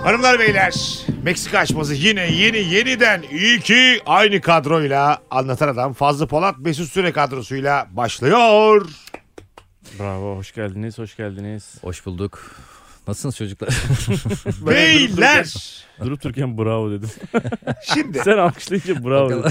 Hanımlar beyler, Meksika açması yine yeniden iyi ki aynı kadroyla Anlatan Adam Fazlı Polat Mesut Süre kadrosuyla başlıyor. Bravo, hoş geldiniz. Hoş bulduk. Nasılsınız çocuklar? Beyler. Durup dururken bravo dedim. Şimdi. Sen alkışlayınca bravo dedim.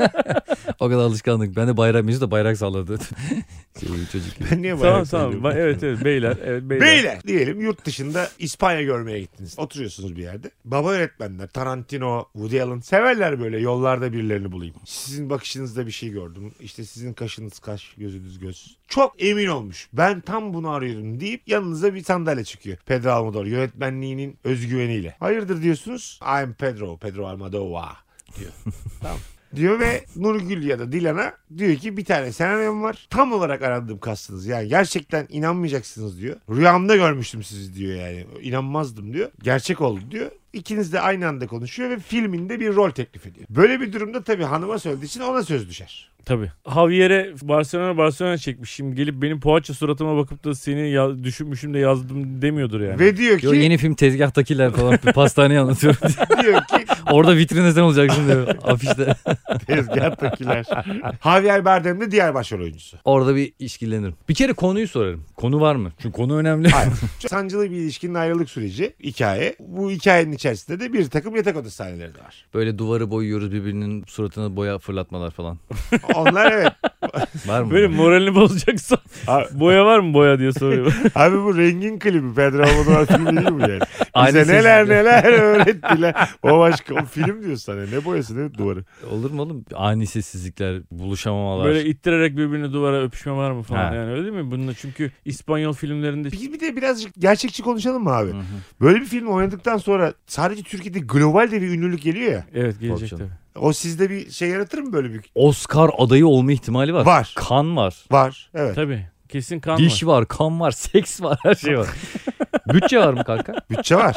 O kadar alışkanlık. Ben de bayrak, Mesut da bayrak salladı. Çocuk. Ben niye bayrak Tamam. Evet beyler. Beyler diyelim yurt dışında İspanya görmeye gittiniz. Oturuyorsunuz bir yerde. Baba öğretmenler Tarantino, Woody Allen severler böyle yollarda birilerini bulayım. Sizin bakışınızda bir şey gördüm. İşte sizin kaşınız kaş, gözünüz göz. Çok emin olmuş. Ben tam bunu arıyorum deyip yanınıza bir sandalye çıkıyor. Pedro Almodovar yönetmenliğinin özgüveniyle. Hayırdır diyorsunuz. I'm Pedro Almodovar diyor. Tamam. Diyor ve Nurgül ya da Dilan'a diyor ki bir tane senaryom var. Tam olarak aradığım kastınız. Yani gerçekten inanmayacaksınız diyor. Rüyamda görmüştüm sizi diyor yani. İnanmazdım diyor. Gerçek oldu diyor. İkiniz de aynı anda konuşuyor ve filminde bir rol teklif ediyor. Böyle bir durumda tabii hanıma söylediği için ona söz düşer. Tabii. Javier'e Barcelona çekmiş. Şimdi gelip benim poğaça suratıma bakıp da seni düşünmüşüm de yazdım demiyordur yani. Ve diyor ki... Yo, yeni film Tezgahtakiler falan pastaneyi anlatıyorum. diyor ki... Orada vitrinde sen olacaksın diyor afişte. Tezgahtakiler. Javier Bardem de diğer başrol oyuncusu. Orada bir işkillenirim. Bir kere konuyu sorarım. Konu var mı? Çünkü konu önemli. Hayır. Sancılı bir ilişkinin ayrılık süreci hikaye. Bu hikayenin içerisinde de bir takım yatak odası sahneleri de var. Böyle duvarı boyuyoruz, birbirinin suratına boya fırlatmalar falan. Onlar evet. Var mı? Böyle moralini bozacaksa boya var mı boya diye soruyor. Abi bu rengin klibi Pedro Almodovar filmi değil mi yani? Aynı Bize neler sessizlik. öğrettiler. O başka o film diyorsun sana. Ne boyası ne duvarı. Olur mu oğlum? Ani sessizlikler, buluşamamalar. Böyle ittirerek birbirini duvara öpüşme var mı falan Ha. yani öyle değil mi? Bununla çünkü İspanyol filmlerinde Bir de birazcık gerçekçi konuşalım mı abi? Hı hı. Böyle bir film oynadıktan sonra sadece Türkiye'de global de bir ünlülük geliyor ya. evet gelecek Tabii tabii. canım. O sizde bir şey yaratır mı böyle bir? Oscar adayı olma ihtimali var. Var. Kan var. Var. Evet. Tabii. Kesin kan Diş var. var, kan var, seks var, her şey var. Bütçe var mı kanka? Bütçe var.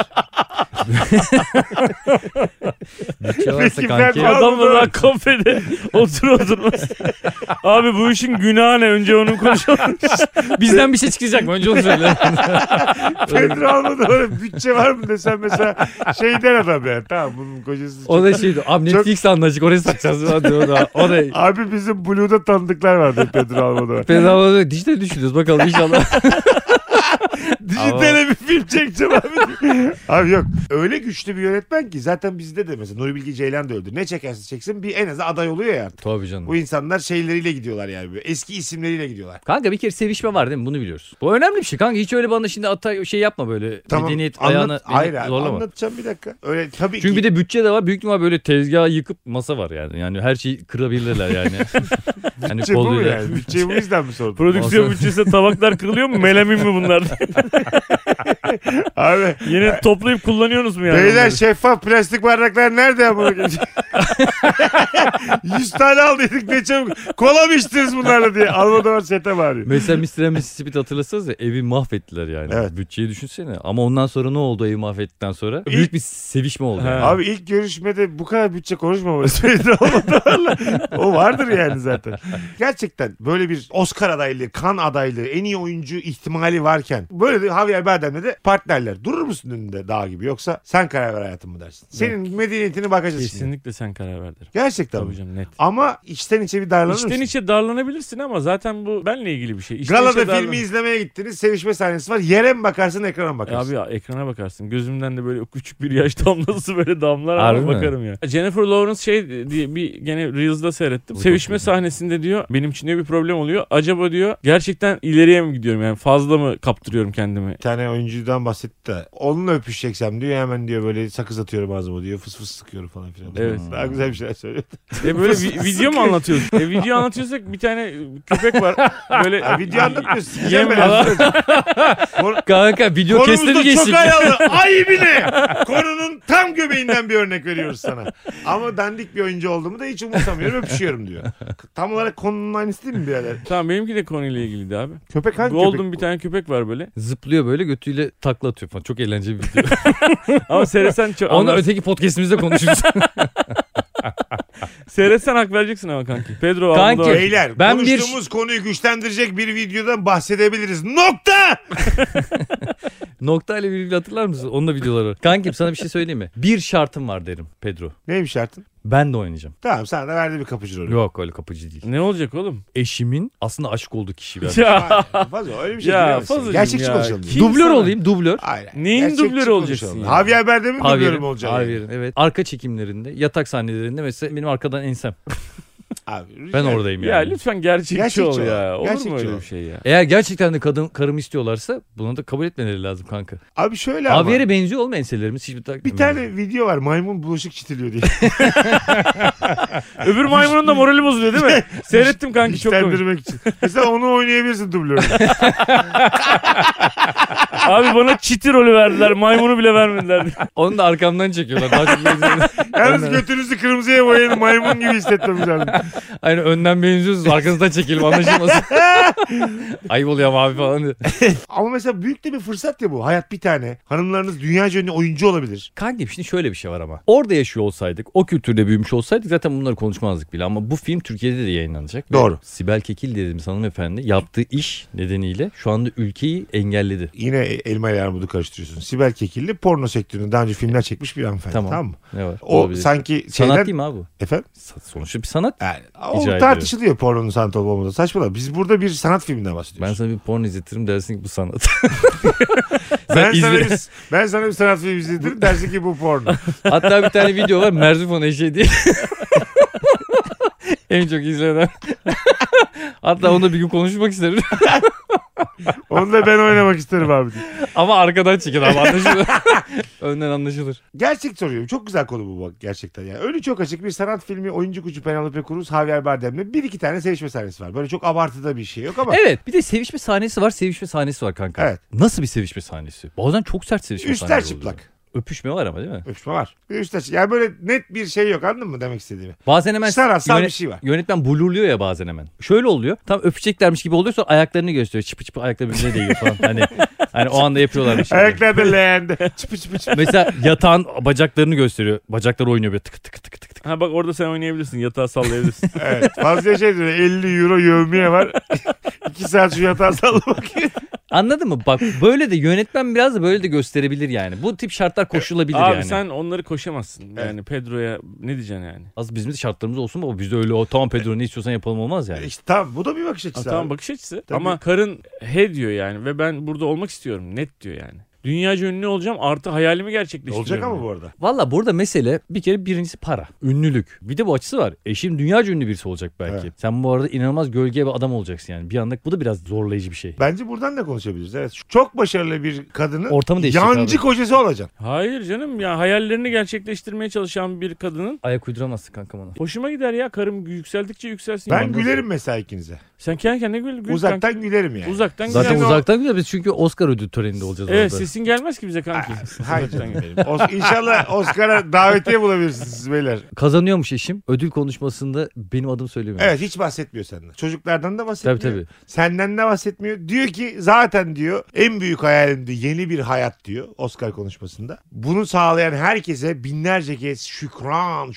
Bütçe varsa Peki, kanki. ben- Adamla daha kafede oturmaz. Abi bu işin günahı ne? Önce onu konuşalım. Bizden bir şey çıkacak mı? Önce onu söyle. Pedro Almodovar'a bütçe var mı desem mesela şey der adam yani. Tamam bunun kocası. O da şeydi. Abi Çok- Netflix anlaşık oraya satacağız. Hadi o da. Abi bizim Blue'da tanıdıklar vardı Pedro Almodovar. Bedava dijital düşünüyoruz. Bakalım inşallah. Dijitale bir film çekeceğim abi. Abi yok. Öyle güçlü bir yönetmen ki zaten bizde de mesela Nuri Bilge Ceylan da öldü. Ne çekerse çeksin bir en az aday oluyor ya artık. Tabii canım. Bu insanlar şeyleriyle gidiyorlar yani. Böyle. Eski isimleriyle gidiyorlar. Kanka bir kere sevişme var değil mi? Bunu biliyoruz. Bu önemli bir şey. Kanka hiç öyle bana şimdi şey yapma böyle. Tamam. Medeniyet ayağını Hayır abi, zorlama. anlatacağım bir dakika. Öyle tabii Çünkü ki. bir de bütçe de var. Büyük ihtimal böyle tezgahı yıkıp masa var yani. Yani her şeyi kırabilirler yani. Hani Bütçe bu mu koluyla. yani? Bütçeyi bu yüzden mi sordun? Prodüksiyon bütçesi tabaklar kırılıyor mu? Melamin mi bunlar? Abi. Yine toplayıp kullanıyorsunuz mu yani? Beyler onları? şeffaf plastik bardaklar nerede ya bunu? 100 tane aldıydık ne çabuk. Kola mı içtiniz bunlarla diye. Almodovar sete bağırıyor. Mesela Mr. and Mississippi'de hatırlasanız ya evi mahvettiler yani. Evet. Bütçeyi düşünsene. Ama ondan sonra ne oldu evi mahvettikten sonra? Büyük bir sevişme oldu. Ha. Yani. Abi ilk görüşmede bu kadar bütçe konuşmaması Almodovar'la. O vardır yani zaten. Gerçekten böyle bir Oscar adaylığı, kan adaylığı, en iyi oyuncu ihtimali varken böyle de Javier Bardem'le de partnerler. Durur musun önünde dağ gibi yoksa sen karar ver hayatım mı dersin? Senin medeniyetini bakacağız şimdi. Kesinlikle sen karar ver derim. Gerçekten Tabii mi? canım net. Ama içten içe bir darlanır İçten mısın? içe darlanabilirsin ama zaten bu benle ilgili bir şey. İçten içe Galada darlan- filmi izlemeye gittiniz. Sevişme sahnesi var. Yere mi bakarsın ekrana mı bakarsın? Abi ya, ekrana bakarsın. Gözümden de böyle küçük bir yaş damlası böyle damlar Harbi ama mi? bakarım ya. Jennifer Lawrence şey diye bir gene Reels'da seyrettim. Sevişme sahnesinde diyor benim için ne bir problem oluyor. Acaba diyor gerçekten ileriye mi gidiyorum yani fazla mı kaptırıyorum kendimi? Bir tane oyuncudan bahsetti de onunla öpüşeceksem diyor hemen diyor böyle sakız atıyorum ağzıma diyor fıs fıs sıkıyorum falan filan. Evet. Daha güzel bir şeyler söylüyor. Böyle video mu anlatıyoruz? Video anlatıyorsak bir tane köpek var. Böyle Ya video anlatmıyorsun. Sikeceğim Yeme- ben. Kanka video kesti mi Konumuz da geçtik? çok ayalı. Ay bile. Konunun tam göbeğinden bir örnek veriyoruz sana. Ama dandik bir oyuncu olduğumu da hiç umursamıyorum öpüşüyorum diyor. Tam olarak konunun aynısı değil mi birader? Tamam benimki de konuyla ilgiliydi abi. Köpek hangi Golden köpek? bir tane köpek var böyle. Zıplıyor böyle götüyle takla atıyor falan. Çok eğlenceli bir video. Ama seyresen çok Onu anlarsın. öteki podcastimizde konuşuruz. Seyretsen hak vereceksin ama kanki. Pedro Kanki, Almodovar. Beyler Ben konuştuğumuz konuyu güçlendirecek bir videodan bahsedebiliriz. Nokta! Nokta ile virgül hatırlar mısın? Onun da videoları var. Kankim sana bir şey söyleyeyim mi? Bir şartım var derim Pedro. Neymiş şartın? Ben de oynayacağım. Tamam sana da verdi bir kapıcı rolü. Yok öyle kapıcı değil. Ne olacak oğlum? Eşimin aslında aşık olduğu kişi ben. Ya, Fazla öyle bir şey Ya, giremezsin. Fazlacığım Gerçekçi ya. konuşalım. Kim Dublör sana- olayım, dublör. Hayır. Neyin Gerçekçi dublörü olacaksın konuşalım. ya? Javier Bardem'in dublörü mü Javier'in, olacaksın? Javier'in, evet. Arka çekimlerinde, yatak sahnelerinde mesela benim arkadan ensem. Abi, Ben oradayım Ya yani. lütfen gerçekçi ol ya. Olur Gerçekçi mu öyle ol. bir şey ya? Eğer gerçekten de karımı istiyorlarsa bunu da kabul etmeleri lazım kanka. Abi şöyle ama. Javier'e benziyor oğlum enselerimiz. Bir tane video var maymun bulaşık çitiliyor diye. Öbür maymunun da morali bozuluyor değil mi? Seyrettim kanki çok komik. İşlendirmek için. Mesela onu oynayabilirsin dublörü. Abi bana çiti rolü verdiler. Maymunu bile vermediler. Onu da arkamdan çekiyorlar. Daha çok benziyor. Yalnız Önden. götünüzü kırmızıya boyayın maymun gibi hissetmemiz lazım. Aynen önden benziyorsunuz. Arkanızdan çekelim anlaşılmasın. Ayıp oluyor ama abi falan diyor. Ama mesela büyük de bir fırsat ya bu. Hayat bir tane. Hanımlarınız dünyaca ünlü oyuncu olabilir. Kankim şimdi şöyle bir şey var ama. Orada yaşıyor olsaydık, o kültürde büyümüş olsaydık zaten bunları konuşmazdık bile. Ama bu film Türkiye'de de yayınlanacak. Doğru. Ve Sibel Kekil dediğimiz hanımefendi yaptığı iş nedeniyle şu anda ülkeyi engelledi. Yine elma ile armudu karıştırıyorsun. Sibel Kekilli porno sektöründe daha önce filmler çekmiş bir hanımefendi. Tamam. Tamam mı? Ne var? O Olabilir. sanki Sanat şeyden... değil mi abi bu? Efendim? Sonuçta bir sanat. Yani, o İcra tartışılıyor pornonun sanat olup olmadığı. Saçmalama. Biz burada bir sanat filminden bahsediyoruz. Ben sana bir porno izletirim dersin ki bu sanat. Ben sana bir sanat filmi izletirim dersin ki bu porno. Hatta bir tane video var Merzifon eşeği diye. En çok izlenen. Hatta onu bir gün konuşmak isterim. Onu da ben oynamak isterim abi diye. Ama arkadan çekin abi anlaşılır. Önden anlaşılır. Gerçek soruyorum. Çok güzel konu bu bak gerçekten. Yani. Önü çok açık bir sanat filmi oyuncu kucu Penelope Cruz, Javier Bardem'le bir iki tane sevişme sahnesi var. Böyle çok abartıda bir şey yok ama. Evet bir de sevişme sahnesi var kanka. Evet. Nasıl bir sevişme sahnesi? Bazen çok sert sevişme Üstler sahneleri çıplak. oluyor. Öpüşme var ama değil mi? Öpüşme var. Bir üstler çıplak. Yani böyle net bir şey yok anladın mı demek istediğimi? Bazen hemen Sanatsal bir şey var. Yönetmen blurluyor ya bazen hemen. Şöyle oluyor. Tam öpeceklermiş gibi oluyor sonra ayaklarını gösteriyor. Çıpı çıpı ayakları birbirine değiyor falan. Hani o anda yapıyorlar bir şey. Ayaklar da leğende. Çıpı çıpı çıpı. Mesela yatağın bacaklarını gösteriyor. Bacakları oynuyor böyle tık tık tık tık tık. Ha bak orada sen oynayabilirsin. Yatağı sallayabilirsin. Evet. Fazla şey diyor. 50 euro yevmiye var. 2 saat şu yatağa sallamak. Anladın mı? Bak böyle de yönetmen biraz da böyle de gösterebilir yani. Bu tip şartlar koşulabilir Abi yani. sen onları koşamazsın. Yani Pedro'ya ne diyeceksin yani? Az bizim de şartlarımız olsun baba. Biz de öyle tamam Pedro ne istiyorsan yapalım olmaz yani. İşte tamam bu da bir bakış Ha, açısı. tamam abi. bakış açısı. Tabii. Ama karın he diyor yani ve ben burada olmak istiyorum. Net diyor yani. Dünyaca ünlü olacağım artı hayalimi gerçekleştiriyorum. Olacak ama yani. bu arada. Valla burada mesele bir kere birincisi para. Ünlülük. Bir de bu açısı var. Eşim dünyaca ünlü birisi olacak belki. Evet. Sen bu arada inanılmaz gölge bir adam olacaksın yani. Bir anda bu da biraz zorlayıcı bir şey. Bence buradan da konuşabiliriz. Evet. Çok başarılı bir kadının Ortamı değişecek yancı abi. kocası olacaksın. Hayır canım ya hayallerini gerçekleştirmeye çalışan bir kadının Ayak uyduramazsın kankam ona. hoşuma gider ya karım yükseldikçe yükselsin. Ben Ondan gülerim sonra. mesela ikinize. Sen kendi kendine gül Uzaktan kanki. gülerim yani. Uzaktan Zaten güler. uzaktan gidiyor biz çünkü Oscar ödül töreninde olacağız Evet orada. sesin gelmez ki bize kanki. Hayır Uzaktan canım benim. İnşallah Oscar'a davetiye bulabilirsiniz siz beyler. Kazanıyormuş eşim. Ödül konuşmasında benim adım söylemiyor. Evet hiç bahsetmiyor senden. Çocuklardan da bahsetmiyor. Tabii. Senden de bahsetmiyor. Diyor ki zaten diyor en büyük hayalimdi yeni bir hayat diyor Oscar konuşmasında. Bunu sağlayan herkese binlerce kez şükran.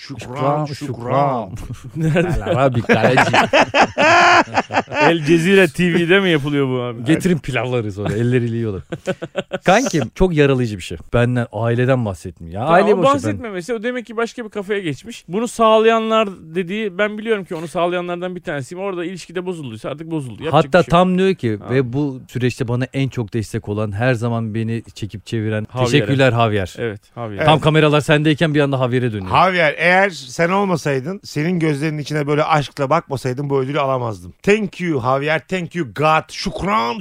Nerede? Abi kaleci. El Cezire TV'de mi yapılıyor bu abi? Getirin pilavları sonra elleriyle yiyorlar. Kankim çok yaralayıcı bir şey. Benden aileden bahsetmiyor. Ya aile Tamam, boşu ben. bahsetmemesi o demek ki başka bir kafaya geçmiş. Bunu sağlayanlar dediği ben biliyorum ki onu sağlayanlardan bir tanesiyim. Orada ilişkide bozulduysa artık bozuldu. Yapacak Hatta bir şey yok. tam diyor ki Ha. ve bu süreçte bana en çok destek olan her zaman beni çekip çeviren Javier'e. teşekkürler Javier. Evet abi. Evet. Tam kameralar sendeyken bir anda Javier'e dönüyor. Javier eğer sen olmasaydın senin gözlerinin içine böyle aşkla bakmasaydın bu ödülü alamazdım. Thank you Javier, thank you God, şükran.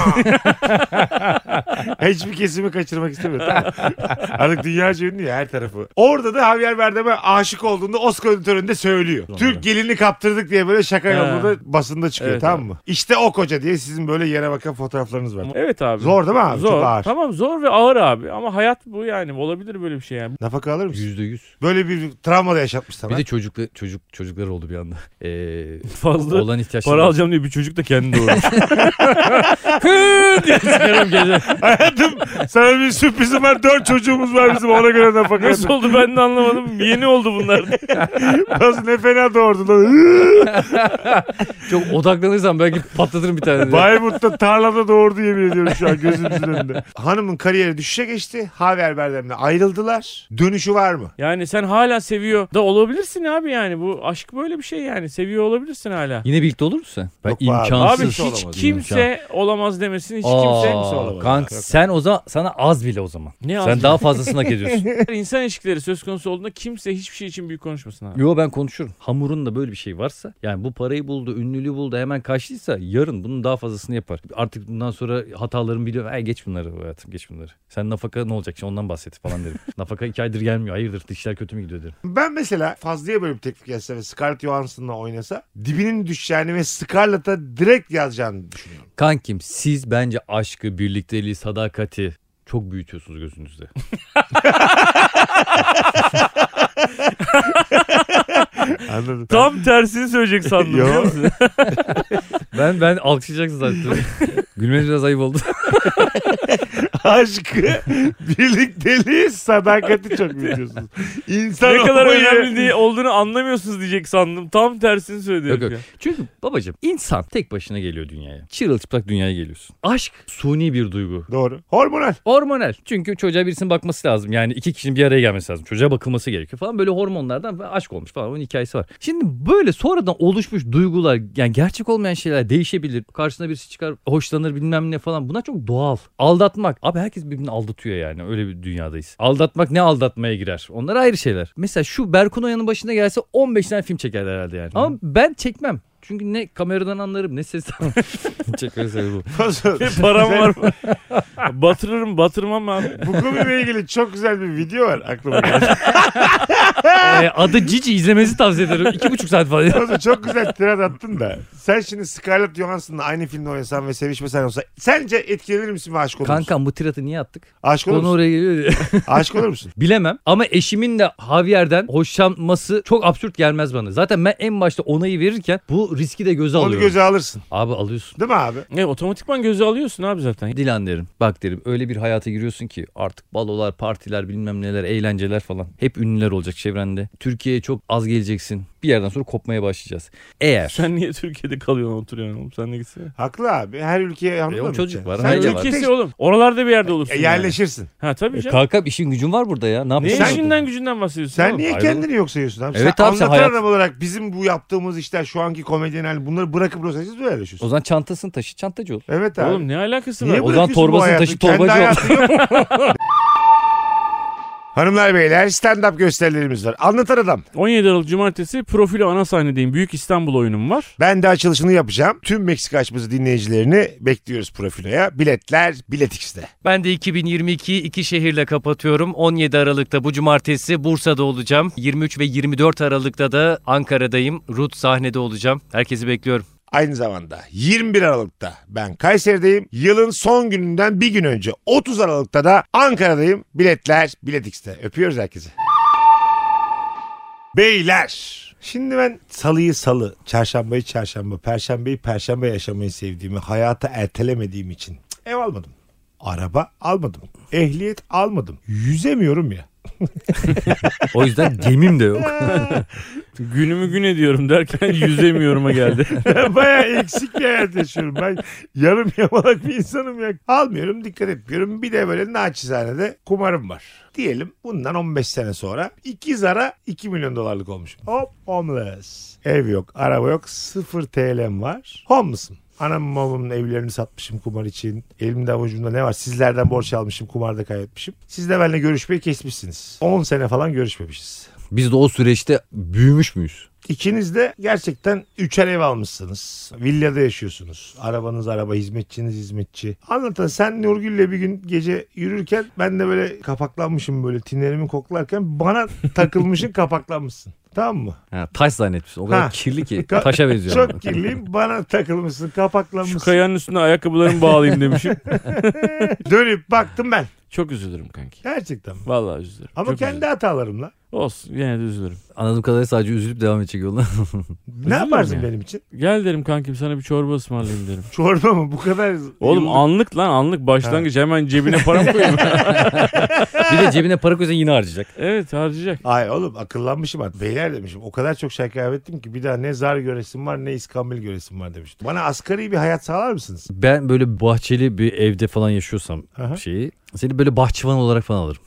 Hiçbir kesimi kaçırmak istemiyorum. Tamam. Artık dünyaca ünlü ya her tarafı. Orada da Javier Bardem'e aşık olduğunda Oscar ödül töreninde söylüyor. Türk gelini kaptırdık diye böyle şaka yolunda basında çıkıyor Evet, tamam evet. mı? İşte o koca diye sizin böyle yere bakan fotoğraflarınız var. Evet abi. Zor değil mi abi? Zor. Çok ağır. Tamam zor ve ağır abi ama hayat bu yani olabilir böyle bir şey yani. Nafaka alır mısın? %100. Böyle bir travma da yaşatmış sana. Bir de çocuklar oldu bir anda. Fazla Olan ihtiyaçları. para alacağım diye bir çocuk da kendi doğurmuş. diye çıkarım gece. Hayatım Sana bir sürprizim var. 4 çocuğumuz var bizim, ona göre nafaka. Nasıl oldu ben de anlamadım. Yeni oldu bunlar. Nasıl, ne fena doğurdu lan. Çok odaklanırsam belki patlatırım bir tane diye. Bayburt'ta tarlada doğurdu, yemin ediyorum şu an gözümüzün önünde. Hanımın kariyeri düşüşe geçti. Haber berberlerine ayrıldılar. Dönüşü var mı? Yani sen hala seviyor da olabilirsin abi yani. Bu aşk böyle bir şey yani. Seviyor olabilirsin hala. Yine birlikte olur musun sen? Ben Yok be abi. imkansız. Abi Kimse hiç olamaz. kimse olamaz demesin. Hiç Aa, kimse olamaz. kanka Yok. sen o zaman sana az bile o zaman. Ne Sen az daha fazlasını hak ediyorsun. İnsan ilişkileri söz konusu olduğunda kimse hiçbir şey için büyük konuşmasın abi. Yo ben konuşurum. Hamurun da böyle bir şey varsa yani bu parayı buldu, ünlülüğü buldu, hemen kaçtıysa yarın bunun daha fazlasını yapar. Artık bundan sonra hatalarımı biliyorum. Geç bunları hayatım, geç bunları. Sen nafaka ne olacak şimdi ondan bahset falan derim. Nafaka 2 aydır gelmiyor. Hayırdır, işler kötü mü gidiyor derim. Ben mesela Fazlı'ya böyle bir teklif gelse ve Scarlett Johansson'la oynasa dibinin düşeceğini ve Scarlett'a direkt yazacağını düşünüyorum. Kankim siz bence aşkı, birlikteliği, sadakati çok büyütüyorsunuz gözünüzde. Anladın? Tam tersini söyleyecek sandım Yo. biliyor musun? Ben alkışlayacaksın zaten. Gülmeniz biraz ayıp oldu. Aşkı, birlikteliği, sadakati çok biliyorsunuz. İnsan Ne kadar olmayı- önemli diye olduğunu anlamıyorsunuz diyecek sandım. Tam tersini söyledi. Yok, herif yok. ya. Çünkü babacığım insan tek başına geliyor dünyaya. Çırılçıplak dünyaya geliyorsun. Aşk suni bir duygu. Doğru. Hormonal. Hormonal. Çünkü çocuğa birisinin bakması lazım. Yani 2 kişinin bir araya gelmesi lazım. Çocuğa bakılması gerekiyor falan. Böyle hormonlardan aşk olmuş falan. Onun hikayesi var. Şimdi böyle sonradan oluşmuş duygular, yani gerçek olmayan şeyler değişebilir. Karşısına birisi çıkar, hoşlanır bilmem ne falan. Bunlar çok doğal. Aldatmak. Abi herkes birbirini aldatıyor yani. Öyle bir dünyadayız. Aldatmak ne aldatmaya girer? Onlar ayrı şeyler. Mesela şu Berkun Oya'nın başına gelse 15 tane film çekerler herhalde yani. Ama ben çekmem. Çünkü ne kameradan anlarım ne sesten çeker bu. Param var mı? Batırmam abi. Bu konuyla ilgili çok güzel bir video var aklıma geldi. Adı Cici, izlemenizi tavsiye ederim. 2,5 saat falan. Fazla çok güzel tirat attın da. Sen şimdi Scarlett Johansson'la aynı filmde oynasan ve sevişmesen olsa sence etkilenir misin ve aşık olur musun? Kankam bu tiratı niye attık? Aşık olur Konu musun? oraya geliyor diye. Aşık olur musun? Bilemem ama eşimin de Javier'den hoşlanması çok absürt gelmez bana. Zaten ben en başta onayı verirken bu riski de göze Onu alıyorum. göze alırsın. Abi alıyorsun. Değil mi abi? Otomatikman gözü alıyorsun abi zaten. Dilan derim. Bak derim öyle bir hayata giriyorsun ki artık balolar, partiler, bilmem neler, eğlenceler falan. Hep ünlüler olacak çevrende. Türkiye'ye çok az geleceksin. Bir yerden sonra kopmaya başlayacağız. Eğer Sen niye Türkiye'de kalıyorsun oturuyorsun oğlum? Sen de gitsene. Haklı abi. Her ülkeye anladın o mı? çocuk var, Sen aile çok var. Ülkesi oğlum. Oralarda bir yerde olursun. yerleşirsin. Yani. Ha tabii canım. kankam işin gücün var burada ya. Ne Ne yapacaksın? işinden gücünden bahsediyorsun? Sen oğlum? niye ayrılın. kendini yok sayıyorsun abi? Evet sen abi, sen anlatan hayat- adam olarak bizim bu yaptığımız işler şu anki komedyen hali bunları bırakıp Rosa'sız böyle yaşıyorsun. O zaman çantasını taşı, çantacı ol. Evet abi. Oğlum ne alakası Niye var? O zaman bırakıyorsun bu torbasını hayatı? taşı, Kendi torbacı ol. hayatın yok. Hanımlar beyler stand-up gösterilerimiz var. Anlatan adam. 17 Aralık Cumartesi Profilo ana sahnedeyim. Büyük İstanbul oyunum var. Ben de açılışını yapacağım. Tüm Meksika açması dinleyicilerini bekliyoruz Profilo'ya. Biletler Bilet X'te. Ben de 2022'yi 2 şehirle kapatıyorum. 17 Aralık'ta bu cumartesi Bursa'da olacağım. 23 ve 24 Aralık'ta da Ankara'dayım. Rut sahnede olacağım. Herkesi bekliyorum. Aynı zamanda 21 Aralık'ta ben Kayseri'deyim. Yılın son gününden bir gün önce 30 Aralık'ta da Ankara'dayım. Biletler Bilet X'te. Öpüyoruz herkese. Beyler. Şimdi ben salıyı salı, çarşambayı çarşamba, perşembeyi perşembe yaşamayı sevdiğimi, hayata ertelemediğim için ev almadım. Araba almadım. Ehliyet almadım. Yüzemiyorum ya. O yüzden gemim de yok. Günümü gün ediyorum derken yüzemiyorum'a geldi. Baya eksik bir hayat yaşıyorum. Ben yarım yamalak bir insanım ya. Almıyorum, dikkat etmiyorum. Bir de böyle naçizane kumarım var. Diyelim bundan 15 sene sonra 2 zara 2 milyon dolarlık olmuşum. Hop homeless. Ev yok, araba yok, 0 TL'm var. Homeless'ım. Anamın babamın evlerini satmışım kumar için. Elimde avucumda ne var? Sizlerden borç almışım, kumarda kaybetmişim. Siz de benimle görüşmeyi kesmişsiniz. 10 sene falan görüşmemişiz. Biz de o süreçte büyümüş müyüz? İkiniz de gerçekten 3'er ev almışsınız. Villada yaşıyorsunuz. Arabanız araba, hizmetçiniz hizmetçi. Anlatan sen Nurgül'le bir gün gece yürürken ben de böyle kapaklanmışım, böyle tinlerimi koklarken bana takılmışın, kapaklanmışsın. Tamam mı? Ha, taş zannetmişsin. O kadar Ha. kirli ki taşa benziyor. Çok kirliyim, bana takılmışsın, kapaklanmışsın. Şu kayanın üstüne ayakkabılarımı bağlayayım demişim. Dönüp baktım ben. Çok üzülürüm kanki. Gerçekten. Vallahi üzülürüm. Ama Çok kendi üzülürüm. hatalarımla. Olsun yine de üzülürüm. Anladığım kadarıyla sadece üzülüp devam edecek yoluna. Ne yaparsın yani. benim için? Gel derim kankim sana bir çorba ısmarlayayım derim. Çorba mı? Bu kadar... Oğlum anlık lan anlık başlangıç hemen cebine para mı koyayım? Bir de cebine para koysa yine harcayacak. Evet harcayacak. Ay oğlum akıllanmışım artık. Beyler demişim. O kadar çok şey kaybettim ki bir daha ne zar göresim var ne iskambil göresim var demiştim. Bana asgari bir hayat sağlar mısınız? Ben böyle bahçeli bir evde falan yaşıyorsam Aha. seni böyle bahçıvan olarak falan alırım.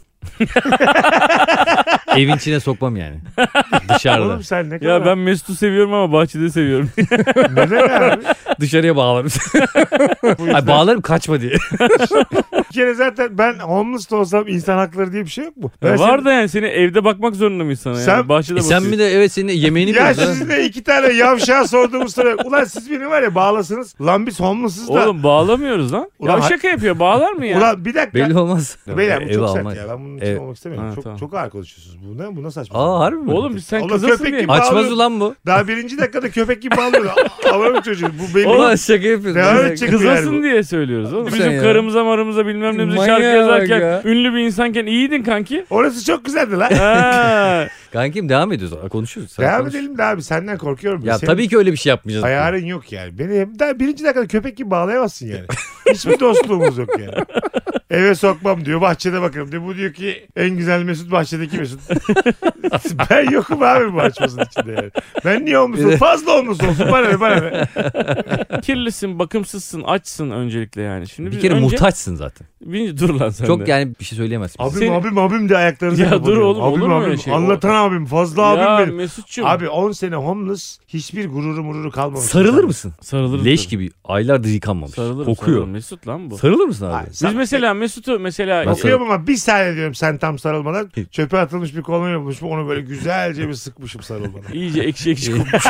Evin içine sokmam yani. Dışarıda. Oğlum sen ne kadar... Ya ben Mesut'u seviyorum ama bahçede seviyorum. Neden abi? Dışarıya bağlarım. Bu yüzden- Ay, bağlarım kaçma diye. Bir kere zaten ben homeless da olsam insan hakları diye bir şey yok mu? Ben Var da yani seni evde bakmak zorunda mıyız sana? Sen- Yani? Bahçede Sen bakıyor. bir de evet senin yemeğini Ya biliyorsun. sizin de 2 tane yavşağa sorduğumuz soru. Ulan siz beni var ya bağlasınız. Lan biz homeless'ız da. Oğlum bağlamıyoruz lan. Ulan Ya şaka yapıyor bağlar mı ya? Ulan bir dakika. Belli olmaz. Beyler bu Ev çok almaz. sert ya. Ben bunun için Evet. olmak istemiyorum. Ha, çok, tamam. çok ağır konuşuyorsunuz. Bu ne saçma? Aa harbi mi? Oğlum sen Oğlum kızasın köpek diye. gibi- Açmaz Bağlıyor. ulan bu. Daha 1. dakikada köpek gibi bağlıyor. Alamam çocuğu. Bu belli. Ulan şaka yapıyorsun. Devam Sen- edecek. Kızasın yani bu. diye söylüyoruz oğlum. Sen Bizim ya. karımıza marımıza bilmem nemize Manyağa şarkı bak yazarken ya. ünlü bir insanken iyiydin kanki. Orası çok güzeldi lan. Ha. Kankim devam ediyoruz. Konuşuyoruz. Sen Devam konuş. edelim de abi senden korkuyorum. Ya Senin tabii ki öyle bir şey yapmayacağız. ayarın yok yani. Beni daha 1. dakikada köpek gibi bağlayamazsın yani. Hiçbir dostluğumuz yok yani. Eve sokmam diyor. Bahçede bakarım diyor. Bu diyor ki en güzel Mesut bahçedeki Mesut. Ben yokum abi bu açmasının içinde yani. Ben niye olmuşum? Fazla olmuş olsun. Bana ne bana ne. Kirlisin, bakımsızsın, açsın öncelikle yani. Şimdi Bir biz kere önce... muhtaçsın zaten. Dur lan sen de. Çok yani bir şey söyleyemezsin. Abim Seni- abim de ayaklarınızı Ya dur kapatıyorum. oğlum, olur mu öyle şey? Anlatan abim. Fazla Ya abim benim. Mesut'cum. Abi 10 sene homeless hiçbir gururu kalmamış. Sarılır mısın? Sarılırım. Leş tabii. gibi aylardır yıkanmamış. Sarılırım. Kokuyor. Sarılırım. Mesut lan bu. Sarılır mısın abi? Ay, Biz mesela Mesut'u mesela Ben Okuyorum ama bir saniye diyorum sen tam sarılmadan. Çöpe atılmış bir kolonya bulmuşum. Onu böyle güzelce bir sıkmışım sarılmadan. iyice ekşi kokmuş.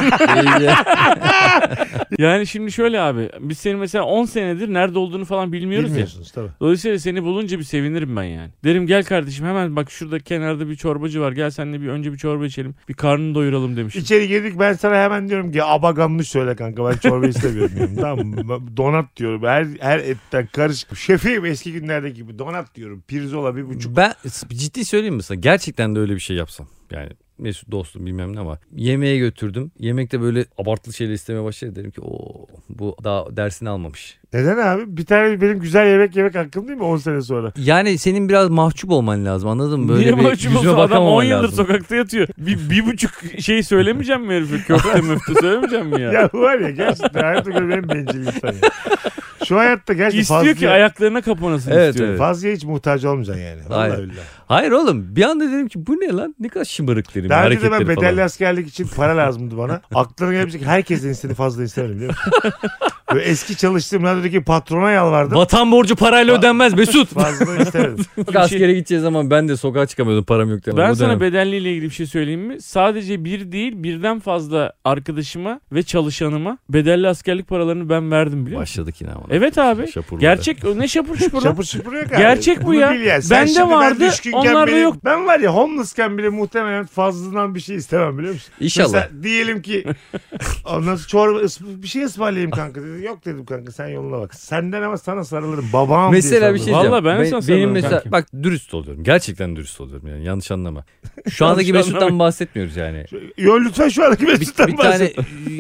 Yani şimdi şöyle abi biz senin mesela 10 senedir nerede olduğunu falan bilmiyoruz ya. Bilmiyorsunuz tabii. Dolayısıyla seni bulunca bir sevinirim ben yani. Derim gel kardeşim hemen bak şurada kenarda bir çorbacı var. Gel seninle bir önce bir çorba içelim. Bir karnını doyuralım demiş. İçeri girdik ben sana hemen diyorum ki abagammış söyle kanka ben çorba istemiyorum diyorum. Tamam mı? Donat diyorum. Her etten karışık. Şefim eski günlerdeki gibi donat diyorum. Pirzola 1,5. Ben ciddi söyleyeyim mi sana? Gerçekten de öyle bir şey yapsam. Yani Mesut dostum bilmem ne ama yemeğe götürdüm. Yemekte böyle abartılı şeyler istemeye başladı. Dedim ki bu daha dersini almamış. Neden abi? Bir tane benim güzel yemek hakkım değil mi 10 sene sonra? Yani senin biraz mahcup olman lazım anladın mı? Böyle Niye bir mahcup yüzüme olsa adam 10 bakamaman yıldır lazım. sokakta yatıyor. Bir buçuk şey söylemeyeceğim mi herife? Köfte müftü söylemeyeceğim mi ya? Ya bu var ya gerçekten hayatta gördüğüm en bencil insan ya. Şu hayatta gerçekten İstiyor ki ayaklarına kapanasın Evet, istiyor. evet. Fazlaya hiç muhtaç olmayacaksın yani. Hayır. Vallahi billahi. Hayır oğlum bir anda dedim ki bu ne lan? Ne kadar şımarık dedim. Daha önce de hareketleri ben bedelli falan. askerlik için para lazımdı bana. Aklına gelebilecek herkesten istediğini fazla istemedim biliyor musun? Böyle eski çalıştığım radyodaki patrona yalvardım. Vatan borcu parayla ödenmez Mesut. Fazla istemedim. Askere gideceği zaman ben de sokağa çıkamıyordum param yok diye. Ben Bu sana dönem. bedelliyle ilgili bir şey söyleyeyim mi? Sadece bir değil birden fazla arkadaşıma ve çalışanıma bedelli askerlik paralarını ben verdim biliyor musun? Başladık yine ama. Evet abi. Şapurlu Gerçek ne şapur şupur lan? Şapır şupur yok abi. Gerçek bu Bunu ya. bil yani. Sen Bende şimdi vardı, ben düşkünken onlarda benim- yok. Ben var ya homeless'ken bile muhtemelen fazladan bir şey istemem biliyor musun? İnşallah. Mesela diyelim ki ondan sonra çorba bir şey ısmarlayayım kanka dedi. Yok dedim kanka sen yoluna bak. Senden ama sana sarılırım. Babam Mesela diye bir şey sarılırım. Vallahi diyeceğim. ben sana benim sarılırım mesela kankim. bak dürüst oluyorum. Gerçekten dürüst oluyorum yani yanlış anlama. Şu andaki Yanlış Mesut'tan anlamayın. bahsetmiyoruz yani. Yo lütfen şu andaki Bir Mesut'tan tane bahset.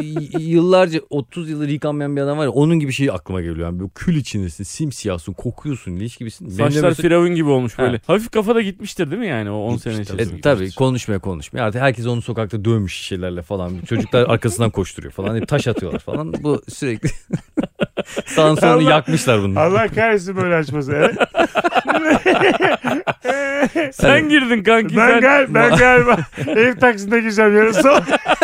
yıllarca 30 yıldır yıkanmayan bir adam var ya onun gibi şey aklıma geliyor. Yani böyle kül içindesin, simsiyahsın, kokuyorsun, leş gibisin. Benim de Saçlar Mesut- firavun gibi olmuş Ha. böyle. Hafif kafada gitmiştir değil mi yani o 10 sene Gitmiştir. içerisinde? Tabii konuşmaya. Artık herkes onu sokakta dövmüş şişelerle falan. Çocuklar arkasından koşturuyor falan. Hep taş atıyorlar falan. Bu sürekli sağın solunu Allah- yakmışlar bunu. Allah kahretsin böyle açması. Evet. Sen girdin kanki sen. Ben galiba ev taksinde gireceğim yarın son.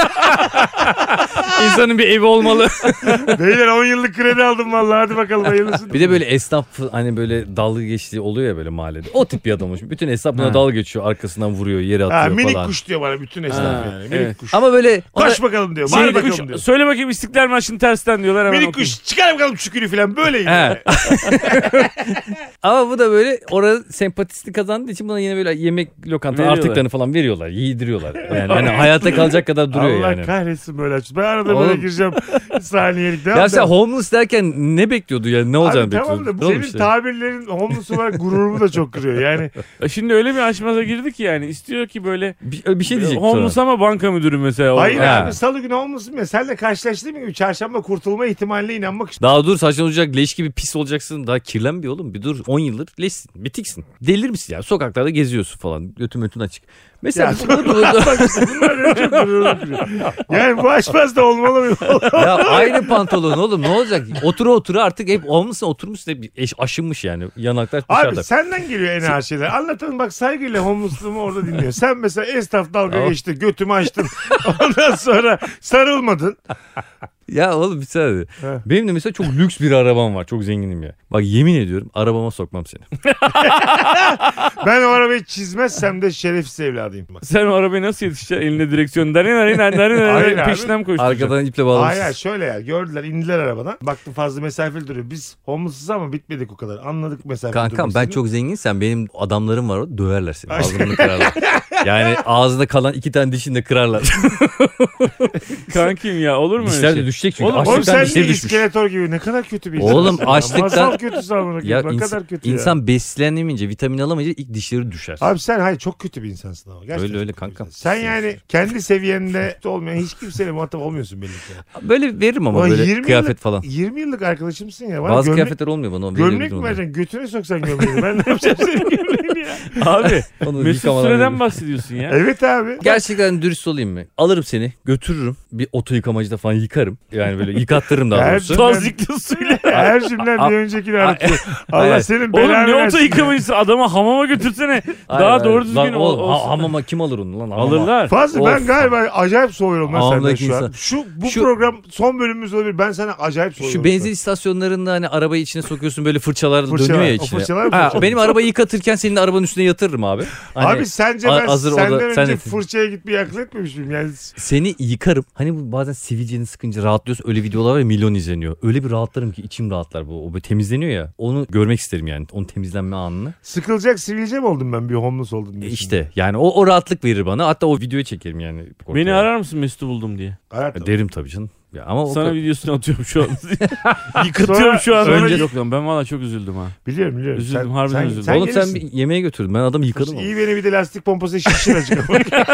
İnsanın bir evi olmalı. Beyler 10 yıllık kredi aldım vallahi hadi bakalım hayırlısı. Bir de böyle esnaf hani böyle dalga geçtiği oluyor ya böyle mahallede. O tip bir adam olmuş. Bütün esnaf buna Ha. dalga geçiyor. Arkasından vuruyor, yere Ha, atıyor minik falan. kuş diyor bana bütün esnaf Ha, yani. Minik evet. kuş. Ama böyle ona- Koş bakalım diyor. Şey, Bağır kuş, bakalım diyor. söyle bakayım İstiklal Marşı'nı tersten diyorlar hemen Minik okuyayım. kuş çıkar bakalım çükürü falan böyleyim. He. Yani. ama bu da böyle orada sempatisini kazandığı için buna yine böyle yemek lokanta Veriyorlar. artıklarını falan veriyorlar. Yediriyorlar. Yani hani hayatta kalacak kadar duruyor Allah yani. kahretsin böyle açması. Ben arada böyle Oğlum. gireceğim saniyelik. Devam Ya sen devam. homeless derken ne bekliyordu yani? Ne olacağını Abi tamam bekliyordu? da Ne olmuş senin ya? tabirlerin homeless olarak gururumu da çok kırıyor. Yani Şimdi öyle bir açmaza girdi ki yani istiyor ki böyle Bir şey diyecek homeless ama banka müdürü mesela. hayır Ha. abi salı günü homeless'ım ya. Senle karşılaştığım gibi çarşamba kurtulma ihtimaline inanmak için. Daha dur, saçın olacak, leş gibi pis olacaksın. Daha kirlen bir oğlum. Bir dur, 10 yıldır leşsin. Bitiksin. Delir misin ya? Sokaklarda geziyorsun falan. Götün açık. Mesela Ya bak işte bunlar benim çok gururumu kırıyor. Yani bu açmaz da olmalı mı? ya aynı pantolon oğlum, ne olacak? Otura artık hep olmuşsun, oturmuşsun, hep aşınmış yani. Yanaklar dışarıda. Abi senden geliyor en ağır şeyler. Anlatalım bak saygıyla homeless'lığımı orada dinliyor. Sen mesela esnaf dalga Tamam. geçti. Götümü açtın. Ondan sonra sarılmadın. Ya oğlum bir saniye. He. Benim de mesela çok lüks bir arabam var. Çok zenginim ya. Bak yemin ediyorum arabama sokmam seni. Ben o arabayı çizmezsem de şerefsiz evladıyım. Bak. Sen o arabayı nasıl yetişeceksin? Eline direksiyon. Hayır abi. Peşinden mi koşturacaksın? Arkadan iple bağlamışsın. Hayır şöyle ya gördüler indiler arabadan. Baktım fazla mesafeli duruyor. Biz homeless'ız ama bitmedik o kadar. Anladık mesafeli Kankam ben durmasını. çok zenginsem benim adamlarım var orada, döverler seni. Ağzını kırarlar. Yani ağzında kalan 2 tane dişini de kırarlar. Kankim ya olur mu öyle Dişler şey? de düşecek çünkü. Oğlum, Oğlum Açlıktan sen de dişleri düşmüş. iskeletor gibi ne kadar kötü bir Oğlum, insansın ya. açlıktan- Masal kötüsü amına Ya koyayım. Ne kadar kötü ya. insan beslenemeyince, vitamin alamayınca ilk dişleri düşer. Abi sen hayır çok kötü bir insansın ama. Gerçekten Öyle çok kötü kankam. bir insansın. Sen yani kendi seviyende olmayan hiç kimseyle muhatap olmuyorsun belli ki. Böyle veririm ama Ulan böyle 20 kıyafet yıllık- falan. 20 yıllık arkadaşımsın ya. Bana Bazı gömlek, kıyafetler olmuyor bana. gömlek verebilirim mi onu. vereceksin? Götüne soksan gömleğini. Ben ne yapacağım senin gömleğini ya? Abi Onu Mesut yıkamadan Süre'den veririm. bahsediyorsun ya. Evet abi. Gerçekten dürüst olayım mı? Alırım seni, götürürüm. Bir oto yıkamacıda falan yıkarım. Yani böyle yıkattırırım daha Her doğrusu. Tazikli suyla. Her cümlen bir öncekini anlatıyor. Allah Evet. senin Oğlum belanı ne versin. oto yıkamacısı? Adamı hamama götürsene. Hayır, Daha hayır. doğru düzgün Lan oğlum, olsun. hamama kim alır onu lan? Hamama. Alırlar. Fazla ben Of. galiba acayip soğuyorum lan senden Hamamdaki şu an. insan. Bu Şu- program son bölümümüz olabilir. Ben sana acayip soğuyorum. Şu benzin istasyonlarında hani arabayı içine sokuyorsun, böyle fırçalarla Fırçalar. dönüyor ya O içine. fırçalar mı Ha, fırçalar? benim arabayı yıkatırken senin arabanın üstüne yatırırım abi. Hani Abi sence ben hazır senden orada, sen önce de- fırçaya gitmeyi akıl etmemiş miyim? Yani seni yıkarım. Hani bu bazen sivilceni sıkınca rahatlıyorsun. Öyle videolar var ya, milyon izleniyor. Öyle bir rahatlarım ki içim rahatlar bu. O böyle temizleniyor ya. Onu görmek isterim yani. Onun temizlenme anını. sıkılacak sivilce mi oldum ben bir homeless oldum diye. İşte yani o rahatlık verir bana. Hatta o videoyu çekerim yani. Beni arar mısın Mesut'u buldum diye. Hayat Derim tabii canım. Ya ama o Sana videosunu atıyorum şu an. Yıkatıyorum şu an. sonra- Önce yok lan ben valla çok üzüldüm ha. Biliyorum. Üzüldüm, harbiden üzüldüm. Oğlum sen gelirsin. bir yemeğe götürdün. Ben adamı yıkadım. İyi beni bir de lastik pompası şişir açık.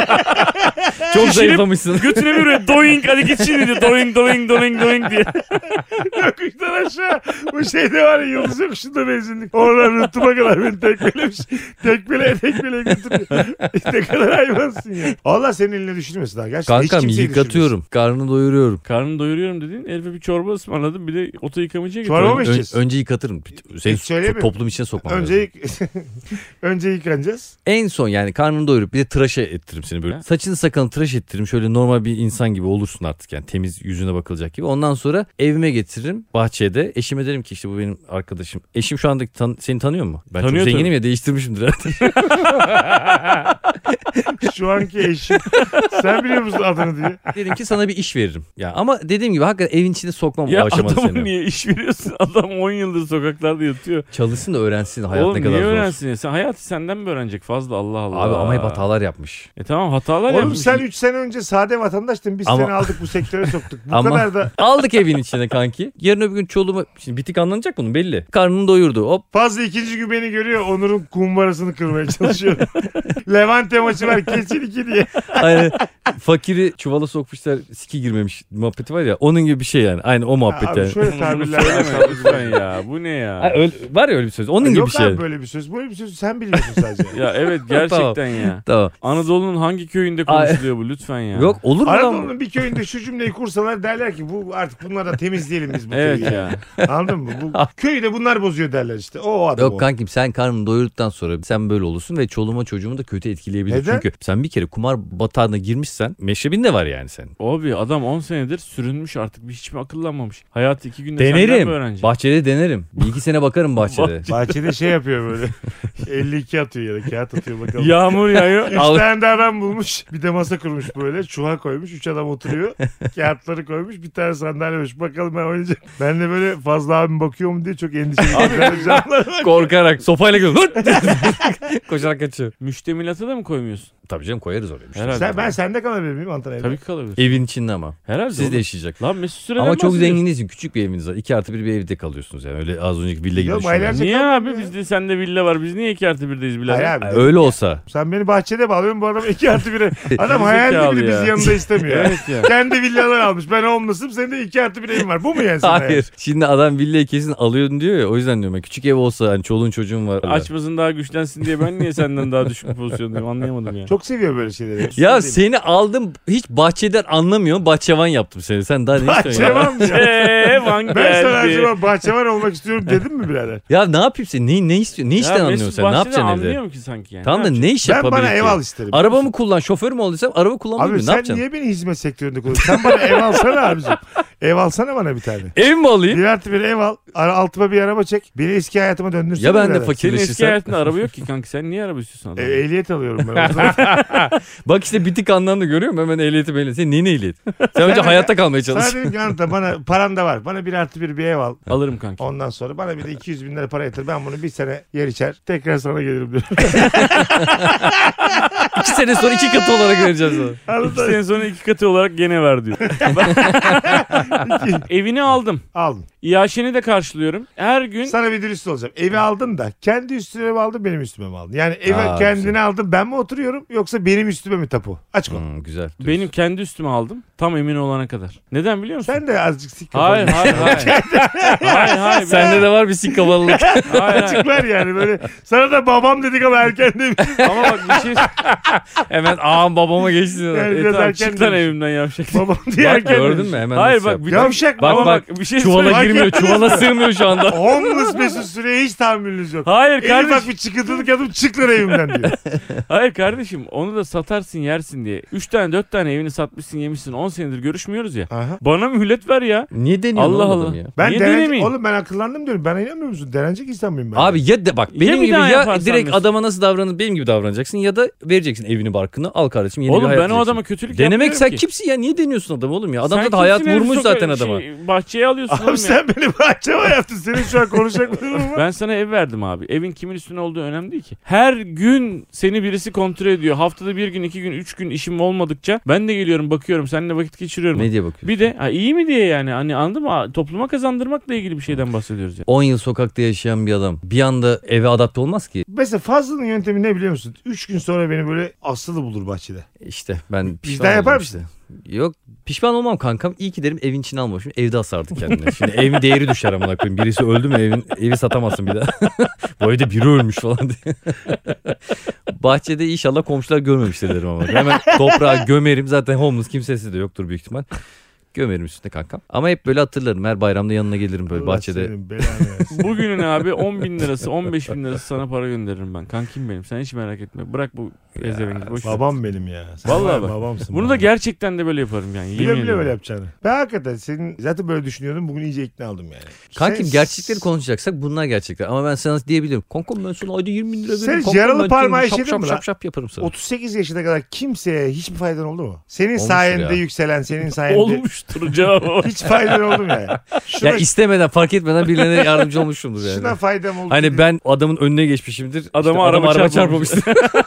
Çok zayıflamışsın. Götüne bir böyle doing hadi git şimdi diye doing diye. Yokuştan aşağı. Bu şeyde var ya Yıldız Yokuşu'nda benzinlik. Oradan rıhtıma kadar beni tekmelemiş. Tekmeleye götürüyor. Ne kadar hayvansın ya. Allah senin eline düşürmesin ha. Gerçekten hiç Kankam kimseyi yıkatıyorum. Karnını doyuruyorum. Karnını doyuruyorum dedin. Herife bir çorba ısmarladım. Bir de oto yıkamacıya Çorba götürdüm. mı içeceğiz? Önce yıkatırım. Seni Hiç söylemiyorum. toplum içine sokmam lazım. Önce, önce yıkanacağız. En son yani karnını doyurup bir de tıraşa ettiririm seni böyle. Ha? Saçını sakalını tıraş ettiririm. Şöyle normal bir insan gibi olursun artık yani. Temiz, yüzüne bakılacak gibi. Ondan sonra evime getiririm bahçede. Eşime derim ki işte bu benim arkadaşım. Eşim şu anda seni tanıyor mu? Ben Tanıyor çok zenginim tabii. ya, değiştirmişimdir herhalde. Şu anki eşim. Sen biliyor musun adını diye. Derim ki sana bir iş veririm. Ya ama dediğim gibi hakikaten evin içine sokmam Ya o aşamada adamı seni. niye iş veriyorsun? Adam 10 yıldır sokaklarda yatıyor. Çalışsın da öğrensin hayat Oğlum ne kadar niye zor. öğrensin ya? Sen hayatı senden mi öğrenecek fazla Allah Allah. Abi ama hep hatalar yapmış. Tamam hatalar Oğlum yapmış. sen 3 sene önce sade vatandaştın. Biz Ama- seni aldık bu sektöre soktuk. Bu Ama- kadar da Aldık evin içine kanki. Yarın öbür gün çoluğuma... Şimdi bitik anlanacak bunun belli. Karnını doyurdu. Hop. fazla ikinci gün beni görüyor. Onur'un kumbarasını kırmaya çalışıyor. Levante maçı var kesin 2 diye. Hani fakiri çuvala sokmuşlar, siki girmemiş muhabbeti var ya. Onun gibi bir şey yani. Aynı o muhabbet Abi yani. şöyle Bunu tabirler söyleme var. lütfen ya. Bu ne ya? Ha, var ya öyle bir söz. Onun gibi Yok bir şey. abi böyle bir söz. Böyle bir söz sen biliyorsun sadece. Ya evet gerçekten ya. Tamam. Anadolu'nun hangi köyünde konuşuluyor bu lütfen ya. Yok olur mu lan? Anadolu'nun bir köyünde şu cümleyi kursalar derler ki bu artık bunları da temizleyelim biz bu Evet köyü. ya. Anladın mı? Bu köyü de bunlar bozuyor derler işte. O adam o. Yok kankim, sen karnını doyurduktan sonra sen böyle olursun ve çoluğuma çocuğumu da kötü etkileyebilir. Neden? Çünkü sen bir kere kumar batağına girmişsen meşrebin de var yani senin. Abi adam 10 senedir sürünmüş artık bir hiç mi akıllanmamış. Hayatı 2 günde senden mi Denerim. öğrenecek? Bahçede denerim. Bir iki sene bakarım bahçede. Bahçede şey yapıyor böyle. 52 atıyor ya da kağıt atıyor bakalım. Yağmur yağıyor. 3 tane de adam bulmuş. Bir de masa masa kurmuş böyle. Çuha koymuş. 3 adam oturuyor. Kağıtları koymuş. Bir tane sandalye koymuş. Bakalım ben oynayacağım. Ben de böyle fazla abim bakıyor mu diye çok endişeliyim. Korkarak sopayla gidiyor. Koşarak kaçıyor. Müştemilatı da mı koymuyorsun? Tabii canım koyarız oraya. Herhalde. Ben sende kalabilir miyim Antalya'da? Tabii ki kalabilir. Evin içinde ama. Herhalde. Siz de oğlum. yaşayacak. Lan Mesut Süre'den Ama çok bahsediyorsun. zengin değilsin. Küçük bir eviniz var. 2+1 bir evde kalıyorsunuz yani. Öyle az önceki villa gibi Yok, düşünmeyin. aylarca- Niye kalmam abi? ya. Bizde sende villa var. Biz niye 2+1'deyiz bile? Hayır abi. Ha, öyle olsa. Sen beni bahçede bağlıyorsun, bu adam 2+1'e. Adam Gerizekalı hayalini bile ya. bizi yanında istemiyor. Evet ya. Kendi villalar almış. Ben homeless'ım. Senin de 2+1 evin var. Bu mu yani sana? Hayır. Şimdi adam villayı kesin alıyorsun diyor ya. O yüzden diyorum ben. Küçük ev olsa hani çoluğun çocuğun var. Açmasın daha güçlensin diye ben niye senden daha düşük bir pozisyondayım anlayamadım ya. Çok seviyor böyle şeyleri. Ya seni aldım hiç bahçeden anlamıyorsun. Bahçıvan yaptım seni. Sen daha ne istiyorsun ya? Bahçıvan mı ya? Van Ben sana geldi. acaba bahçıvan olmak istiyorum dedim mi birader? Ya ne yapayım sen? Ne istiyorsun? Ne işten Ya anlıyorsun Mesut sen? Ne bahçeden yapacaksın evde? anlıyor mu ki sanki yani? Tamam da ne iş Ben yapabilir bana ki? ev al isterim. Arabamı kullan. Şoför mü olacaksam araba kullanmayayım Abi mı? Ne sen yapacaksın? niye beni hizmet sektöründe kullanıyorsun? Sen bana ev alsana abicim. Ev alsana bana bir tane. Ev mi alayım? 1+1 ev al. Altıma bir araba çek. Beni eski hayatıma döndürsün. Ya ben de Senin eski fakirleşirsem. hayatında araba yok ki kanka. Sen niye araba istiyorsun adamı? Ehliyet alıyorum ben. Bak işte bitik anlamda görüyor musun? Hemen ehliyeti belli. Sen neyin ehliyeti? Sen önce hayatta kalmaya çalış. Sana dedim ki Anita, bana paran da var. Bana 1+1 bir ev al. Alırım kanka. Ondan sonra bana bir de 200 bin lira para yatır. Ben bunu bir sene yer içer. Tekrar sana gelirim diyorum. 2 sene sonra 2 katı olarak vereceğim sana. 2 sene sonra 2 katı olarak gene ver diyor. Evini aldım. Aldın. İAŞ'ini de karşılıyorum. Her gün Sana bir dürüst olacağım. Evi aldın da kendi üstüne mi aldın, benim üstüme mi aldın? Yani eve Aa, kendine güzel. aldın, ben mi oturuyorum yoksa benim üstüme mi tapu? Açık ol. Güzel. benim kendi üstüme aldım. Tam emin olana kadar. Neden biliyor musun? Sen de azıcık sik Hayır hayır hayır. hayır hayır. Sende de var bir sik kavalılık. Hayır hayır. Açıklar yani böyle. Sana da babam dedik ama erken demişsin. Ama bak bir şey Hemen ağam babama geçti. Yani biraz tamam, erken çık lan demiş. evimden yavşak. Babam diye Bak erken gördün demiş. mü hemen Hayır nasıl bak yaptı? bir Yavşak Bak ama bak bir şey çuvala söyleyeyim. girmiyor. Çuvala sığmıyor şu anda. homeless Mesut Süre'ye hiç tahammülünüz yok. Hayır En kardeşim. ufak bir çıkıntılık yapıp çık lan evimden diyor. Hayır kardeşim onu da satarsın yersin diye. 3 tane 4 tane evini satmışsın yemişsin 10 senedir görüşmüyoruz ya. Aha. Bana mühlet ver ya. Niye deniyorsun Allah oğlum Allah. ya? Ben Niye denenecek, denemeyeyim? oğlum ben akıllandım diyorum. Ben inanmıyor musun? Denenecek insan mıyım ben? Abi ya de bak Ya benim bir gibi daha ya yaparsan direkt mesela. adama nasıl davranır benim gibi davranacaksın ya da vereceksin evini barkını al kardeşim yeni bir Oğlum hayat ben o diyeceksin. adama kötülük Denemek yapmıyorum sen ki. kimsin ya niye deniyorsun adamı oğlum ya? Adam Sen zaten hayat kimsin herif vurmuş sokağa- zaten adama. Bahçeye alıyorsun Abi oğlum ya. sen beni bahçeme yaptın. Senin şu an konuşacak bir durum var. Ben sana ev verdim abi. Evin kimin üstüne olduğu önemli değil ki. Her gün seni birisi kontrol ediyor. Haftada 1 gün, 2 gün, 3 gün işim olmadıkça ben de geliyorum bakıyorum. Seninle vakit geçiriyorum. Ne diye bakıyorsun? Bir de iyi mi diye yani hani anladın mı? Topluma kazandırmakla ilgili bir şeyden bahsediyoruz ya. 10 yıl sokakta yaşayan bir adam bir anda eve adapte olmaz ki. Mesela Fazlı'nın yöntemi ne biliyor musun? 3 gün sonra beni böyle asılı bulur bahçede. İşte ben pişman Vicdan yapar oldum mısın? işte. Yok pişman olmam kankam. İyi ki derim evin içine almamışım. Evde asardı kendine. Şimdi evin değeri düşer amına koyayım. Birisi öldü mü evi satamazsın bir daha. Bu evde biri ölmüş falan diye. Bahçede inşallah komşular görmemiştir derim ama. Hemen toprağa gömerim. Zaten homeless kimsesi de yoktur büyük ihtimal. Gömerim üstüne kankam. Ama hep böyle hatırlarım. Her bayramda yanına gelirim böyle Allah bahçede. senin belanı versin. Bugünün abi 10 bin lirası 15 bin lirası sana para gönderirim ben. Kankim benim sen hiç merak etme. Bırak bu ezevengi boş ver. Babam benim ya. Sen Vallahi var ya, bak. babamsın. Bunu da babam. gerçekten de böyle yaparım yani. Bile Yemin bile ediyorum. böyle yapacağını. Ben hakikaten senin zaten böyle düşünüyordum. Bugün iyice ikna oldum yani. Kankim Sen- gerçekleri konuşacaksak bunlar gerçekler. Ama ben sana diyebilirim. Kankam ben sana ayda 20 bin lira Sen veririm. Kankam yaralı ben parmağı şap işledin şap mi şap lan? şap yaparım sana. 38 yaşına kadar kimseye hiçbir faydan oldu mu? Senin Olmuştur sayende ya. yükselen, senin sayende Olmuştur cevap o. hiç faydan oldu mu yani? Şuna, Ya istemeden fark etmeden birilerine yardımcı olmuşumdur yani. şuna faydam oldu. Hani dedi. ben adamın önüne geçmişimdir. Adama adam araba çarpmamıştır.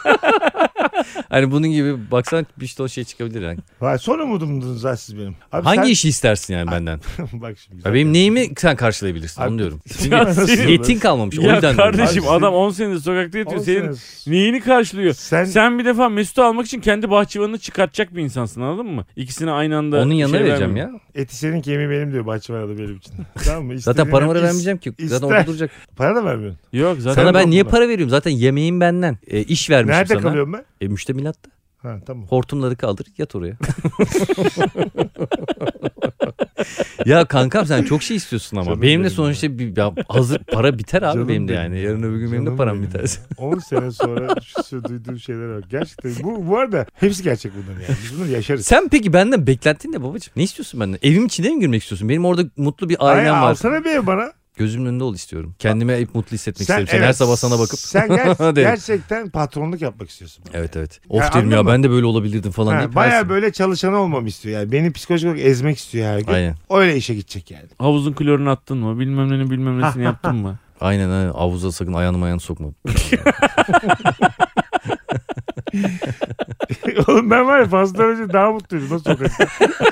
Hani bunun gibi baksan bir ton şey çıkabilir yani. Vay, son umudumdunuz ha siz benim. Abi Hangi sen- işi istersin yani benden? Bak şimdi. Ya benim neyimi sen karşılayabilirsin Abi- onu diyorum. Ya Çünkü senin- yetin kalmamış o Ya yüzden diyorum. kardeşim Abi adam 10 senedir sokakta yatıyor. Senin neyini karşılıyor? Sen bir defa Mesut'u almak için kendi bahçıvanını çıkartacak bir insansın anladın mı? İkisini aynı anda Onun yanına şey vereceğim vermiyor. ya. eti senin kemiği benim diyor bahçıvan adı benim için. Tamam mı? Zaten İstediğin- paramı is- vermeyeceğim ki. Zaten ister. orada duracak. Para da vermiyorsun. Yok zaten Sana ben yok niye bunda. para veriyorum? Zaten yemeğim benden. İş vermişim Nerede sana. kalıyorum ben? Müştemilatta. Ha tamam. Hortumları kaldır yat oraya. Ya kankam sen çok şey istiyorsun ama. Canım benim de benim sonuçta hazır para biter abi Canım benim de benim yani. ya. Yarın öbür gün benim de Canım param benim biter. ya. 10 sene sonra şu duyduğum şeyler var. Gerçekten bu arada hepsi gerçek bunların yani. Biz bunları yaşarız. Sen peki benden beklentin ne babacığım? Ne istiyorsun benden? Evim içine mi girmek istiyorsun? Benim orada mutlu bir Ay, ailem var. alsana bir ev bana. Gözümün önünde ol istiyorum. Kendime hep mutlu hissetmek istiyorum. Sen her sabah sana bakıp. Sen derim. gerçekten patronluk yapmak istiyorsun. Evet. Yani Of derim anladın ya mı? ben de böyle olabilirdim falan deyip. Baya böyle çalışanı olmamı istiyor yani. Beni psikolojik olarak ezmek istiyor her gün. Aynen. Öyle işe gidecek yani. Havuzun klorunu attın mı? Bilmem nesini yaptın mı? Aynen. Havuza sakın ayağını sokma. Oğlum ben var ya fazladan önce daha mutluydum o sokakta.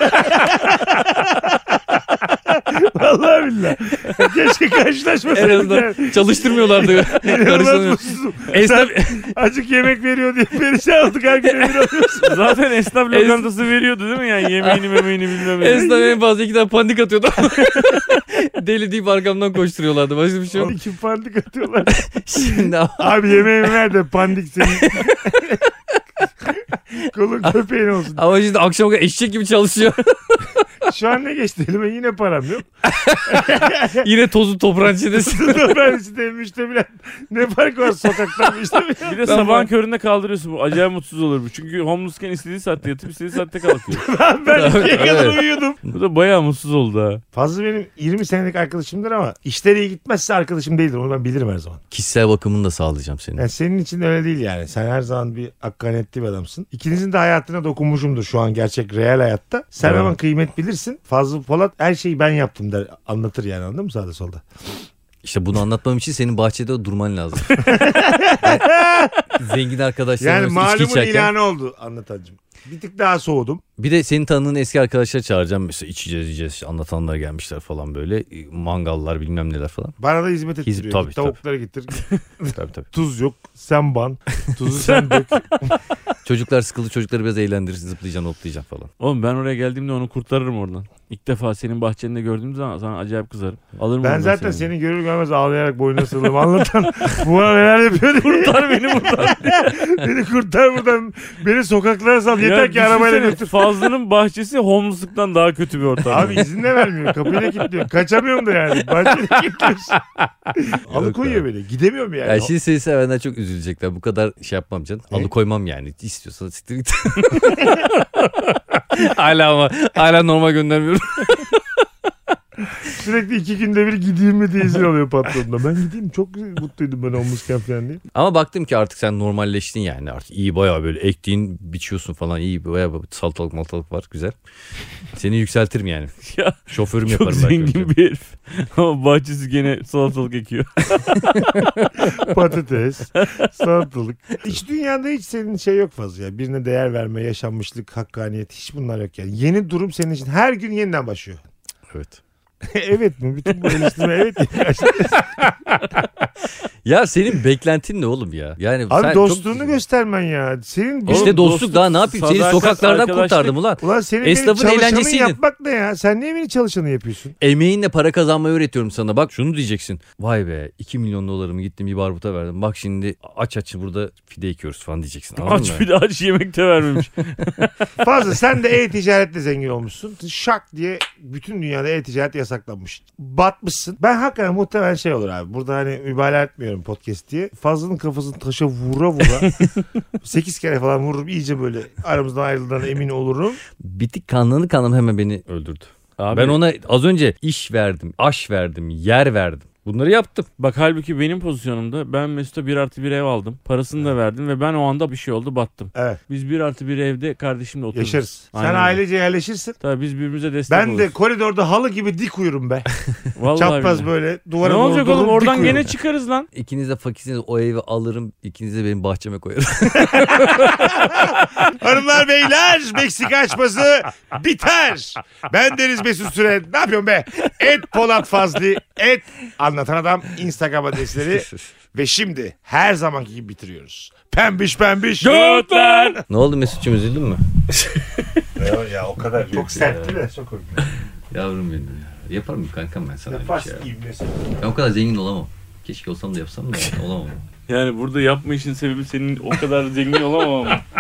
Vallahi billahi. Keşke En karşılaşmasaydık. azından çalıştırmıyorlardı. İnanılmaz Karıştırmıyor. mutsuzum. Esnaf, Acık yemek veriyor diye perişan olduk her gün emin oluyorsun. zaten esnaf lokantası veriyordu değil mi yani yemeğini bilmem ne. Esnaf en fazla 2 tane pandik atıyordu. Deli deyip arkamdan koşturuyorlardı. Başka bir şey yok. Kim pandik atıyorlar. Şimdi Abi yemeğimi ver de pandik senin. Kolun köpeğin olsun. ama şimdi akşam kadar eşek gibi çalışıyor. Şu an ne geçti elime yine param yok. Yine tozu toprağın içindesin. Ben işte müştemilen ne fark var sokaktan müştemilen. Bir de sabahın köründe kaldırıyorsun. Bu acayip mutsuz olur bu. Çünkü homelessken istediği saatte yatıp istediği saatte kalkıyor. Ben ikiye kadar Evet. uyuyordum. Bu da bayağı mutsuz oldu ha. Fazla benim 20 senelik arkadaşımdır ama işleri iyi gitmezse arkadaşım değildir. Onu ben bilirim her zaman. Kişisel bakımını da sağlayacağım senin. Yani senin için öyle değil yani. Sen her zaman bir hakkaniyetli bir adamsın. İkinizin de hayatına dokunmuşumdur şu an gerçek real hayatta. Sen Evet. hemen kıymet bilirsin. Fazıl Polat her şeyi ben yaptım der. Anlatır yani anladın mı sağda solda? İşte bunu anlatmam için senin bahçede durman lazım. Zengin arkadaşlarım Yani içki malumun içerken. ilanı oldu anlatacağım. Bir tık daha soğudum. Bir de senin tanıdığın eski arkadaşları çağıracağım. Mesela içeceğiz yiyeceğiz. Anlatanlar gelmişler falan böyle. Mangallar bilmem neler falan. Bana da hizmet ettiriyor. tabii, Git tavukları getir. Tabii. Tuz yok. Sen ban. Tuzu sen dök. Çocuklar sıkıldı. Çocukları biraz eğlendir. Zıplayacaksın hoplayacaksın falan. Oğlum ben oraya geldiğimde onu kurtarırım oradan. İlk defa senin bahçende gördüğüm zaman sana acayip kızarım. Alırım Ben oradan zaten seni. seni görür görmez ağlayarak boynuna sarılırım. Anlatan bu bana neler yapıyor diye. Kurtar beni buradan. Beni kurtar buradan. Beni sokaklara sal. Yeter ki arabayla düşünsene, götür. Fazlı'nın bahçesi homeless'lıktan daha kötü bir ortam. Abi izin de vermiyor. Kapıyı da kilitliyor. Kaçamıyorum da yani. Bahçede kilitliyorsun. Alıkoyuyor beni. Gidemiyorum yani. Ya şimdi seni sevenler çok üzülecekler. Bu kadar şey yapmam canım. Ne? Alıkoymam yani. İstiyorsan siktir git. hala normal göndermiyorum. Sürekli 2 günde bir gideyim mi diye izin alıyor patronuna. Ben gideyim çok mutluydum ben omuzken falan diye. Ama baktım ki artık sen normalleştin yani. Artık iyi bayağı böyle ektiğin biçiyorsun falan. İyi bayağı salatalık var güzel. Seni yükseltirim yani. Ya, Şoförüm çok yaparım belki. zengin bir herif. Ama bahçesi gene salatalık ekiyor. Patates, salatalık. İç dünyada hiç senin şey yok fazla ya. Birine değer verme, yaşanmışlık, hakkaniyet hiç bunlar yok yani. Yeni durum senin için her gün yeniden başlıyor. Evet. Evet mi? Bütün bu eleştirme evet. Ya senin beklentin ne oğlum ya? Yani Abi sen dostluğunu çok... göstermen ya. Senin İşte Oğlum, dostluk daha ne yapayım? Seni sadakat, sokaklardan arkadaşlık. kurtardım ulan. Ulan senin Esnafın benim çalışanın eğlencesiydin. yapmak ne ya? Sen niye beni çalışanı yapıyorsun? Emeğinle para kazanmayı öğretiyorum sana. Bak şunu diyeceksin. Vay be 2 milyon dolarımı gittim bir barbuta verdim. Bak şimdi aç burada fide ekiyoruz falan diyeceksin. Anladın Aç mı? bir de aç yemek de vermemiş. Fazla sen de e-ticaretle zengin olmuşsun. Şak diye bütün dünyada e-ticaret yasaklanmış. Batmışsın. Ben hakikaten muhtemelen şey olur abi. Burada hani mübalağa etmiyorum podcast diye. Fazlının kafasını taşa vura 8 kere falan vururum. İyice böyle aramızdan ayrıldığından emin olurum. Bitik kanlı hemen beni öldürdü. Abi, Ben ona az önce iş verdim, aş verdim, yer verdim. Bunları yaptım. Bak halbuki benim pozisyonumda ben Mesut'a 1+1 ev aldım. Parasını da verdim ve ben o anda bir şey oldu battım. Evet. Biz 1+1 evde kardeşimle otururuz. Yaşarız. Sen Aynen. ailece yerleşirsin. Tabii biz birbirimize destek Ben de oluruz. koridorda halı gibi dik uyurum be. Vallahi Çapraz billahi. böyle duvara Ne doğru olacak dururum, oğlum dik oradan uyurum. gene çıkarız lan. İkiniz de fakirsiniz o evi alırım. İkiniz de benim bahçeme koyarım. Hanımlar beyler Meksika açması biter. Ben Deniz Mesut Süre. Ne yapıyorsun be? Et Polat Fazlı. Et Anlatan Adam Instagram adresleri. Ve şimdi her zamanki gibi bitiriyoruz. Pembiş. Götler. Ne oldu Mesut'cum üzüldün mü? Ya o kadar. Çok sertti de. Çok komik. Yavrum benim ya. Yaparım kankam ben sana Nefas öyle bir şey. ivmesi. Ben o kadar zengin olamam. Keşke olsam da yapsam da olamam. Yani burada yapma işin sebebi senin o kadar zengin olamam.